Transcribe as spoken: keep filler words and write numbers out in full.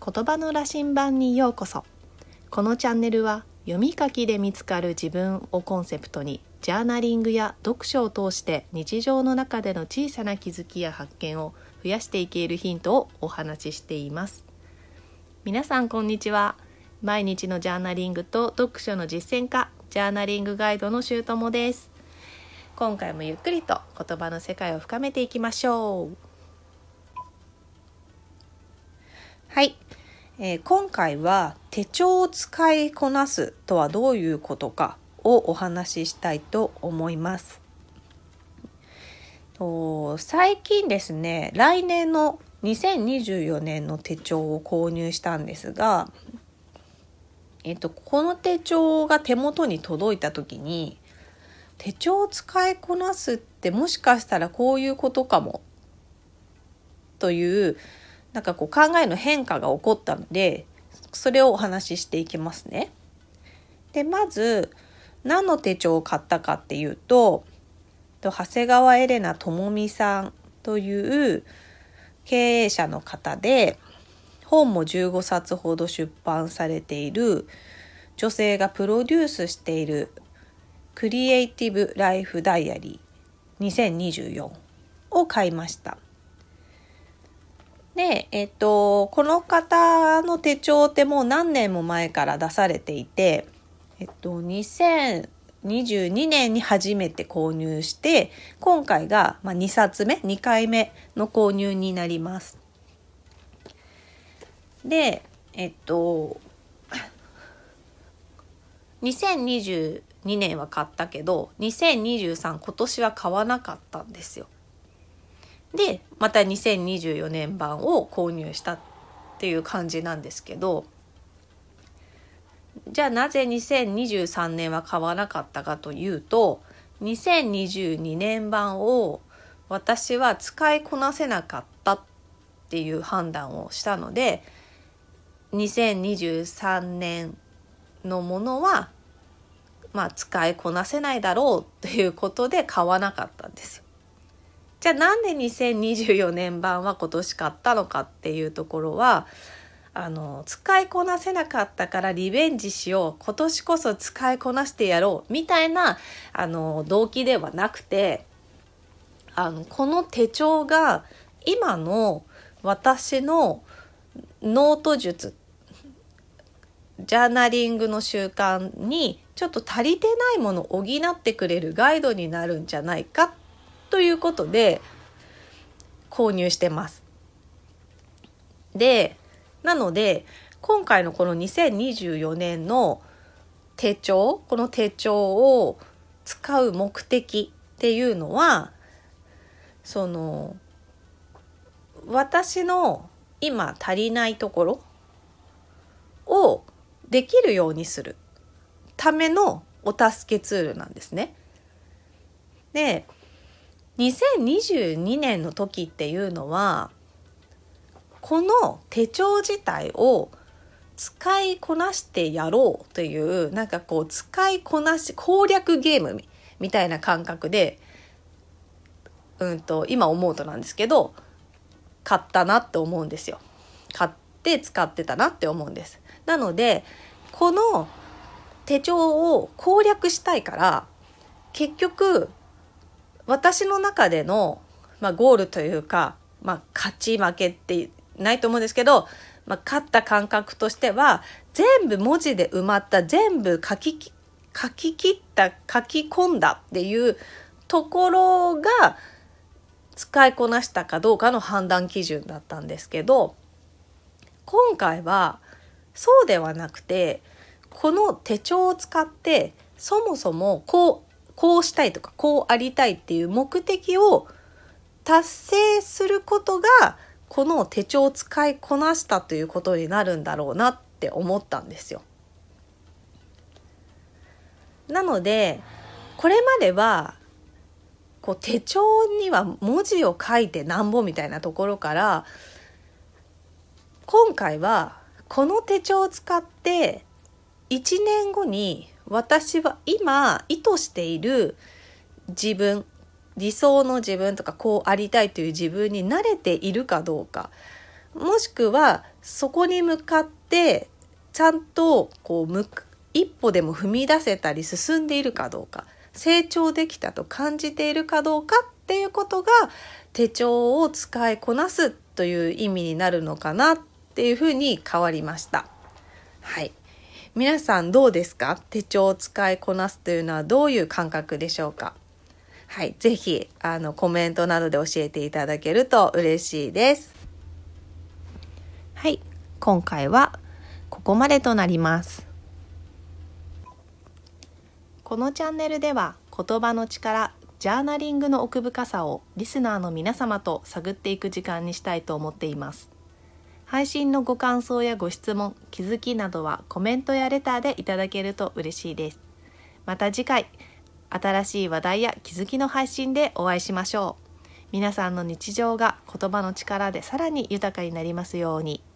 言葉の羅針盤にようこそ。このチャンネルは読み書きで見つかる自分をコンセプトに、ジャーナリングや読書を通して日常の中での小さな気づきや発見を増やしていけるヒントをお話ししています。皆さんこんにちは。毎日のジャーナリングと読書の実践家、ジャーナリングガイドのしゅうともです。今回もゆっくりと言葉の世界を深めていきましょう。はい、えー、今回は手帳を使いこなすとはどういうことかをお話ししたいと思います。と最近ですね、来年のにせんにじゅうよねんの手帳を購入したんですが、えっと、この手帳が手元に届いた時に、手帳を使いこなすってもしかしたらこういうことかもというなんかこう考えの変化が起こったので、それをお話ししていきますね。で、まず何の手帳を買ったかっていうと、長谷川エレナ智美さんという経営者の方で、本もじゅうごさつほど出版されている女性がプロデュースしているクリエイティブライフダイアリーにせんにじゅうよんを買いました。で、えっと、この方の手帳ってもう何年も前から出されていて、えっと、にせんにじゅうにねんに初めて購入して、今回がまあにさつめ、にかいめの購入になります。で、えっと、にせんにじゅうにねんは買ったけど、にせんにじゅうさん、今年は買わなかったんですよ。で、またにせんにじゅうよねん版を購入したっていう感じなんですけど、じゃあなぜにせんにじゅうさんねんは買わなかったかというと、にせんにじゅうにねん版を私は使いこなせなかったっていう判断をしたので、にせんにじゅうさんねんのものはまあ使いこなせないだろうということで買わなかったんですよ。じゃあなんでにせんにじゅうよねん版は今年買ったのかっていうところは、あの使いこなせなかったからリベンジしよう、今年こそ使いこなしてやろうみたいなあの動機ではなくて、あのこの手帳が今の私のノート術、ジャーナリングの習慣にちょっと足りてないものを補ってくれるガイドになるんじゃないかということで購入してます。で、なので今回のこのにせんにじゅうよねんの手帳、この手帳を使う目的っていうのは、その私の今足りないところをできるようにするためのお助けツールなんですね。で、にせんにじゅうにねんの時っていうのは、この手帳自体を使いこなしてやろうという、なんかこう使いこなし攻略ゲームみたいな感覚で、うんと今思うとなんですけど、買ったなって思うんですよ。買って使ってたなって思うんです。なのでこの手帳を攻略したいから、結局私の中での、まあ、ゴールというか、まあ、勝ち負けってないと思うんですけど、まあ、勝った感覚としては、全部文字で埋まった、全部書き書き切った書き込んだっていうところが使いこなしたかどうかの判断基準だったんですけど、今回はそうではなくて、この手帳を使ってそもそもこうこうしたいとかこうありたいっていう目的を達成することが、この手帳を使いこなしたということになるんだろうなって思ったんですよ。なのでこれまではこう手帳には文字を書いてなんぼみたいなところから、今回はこの手帳を使っていちねんごに私は今意図している自分、理想の自分とかこうありたいという自分に慣れているかどうかもしくはそこに向かってちゃんとこうむ一歩でも踏み出せたり進んでいるかどうか、成長できたと感じているかどうかっていうことが手帳を使いこなすという意味になるのかなっていうふうに変わりました。はい、皆さんどうですか？手帳を使いこなすというのはどういう感覚でしょうか？はい、ぜひあのコメントなどで教えていただけると嬉しいです。はい、今回はここまでとなります。このチャンネルでは言葉の力、ジャーナリングの奥深さをリスナーの皆様と探っていく時間にしたいと思っています。配信のご感想やご質問、気づきなどはコメントやレターでいただけると嬉しいです。また次回、新しい話題や気づきの配信でお会いしましょう。皆さんの日常が言葉の力でさらに豊かになりますように。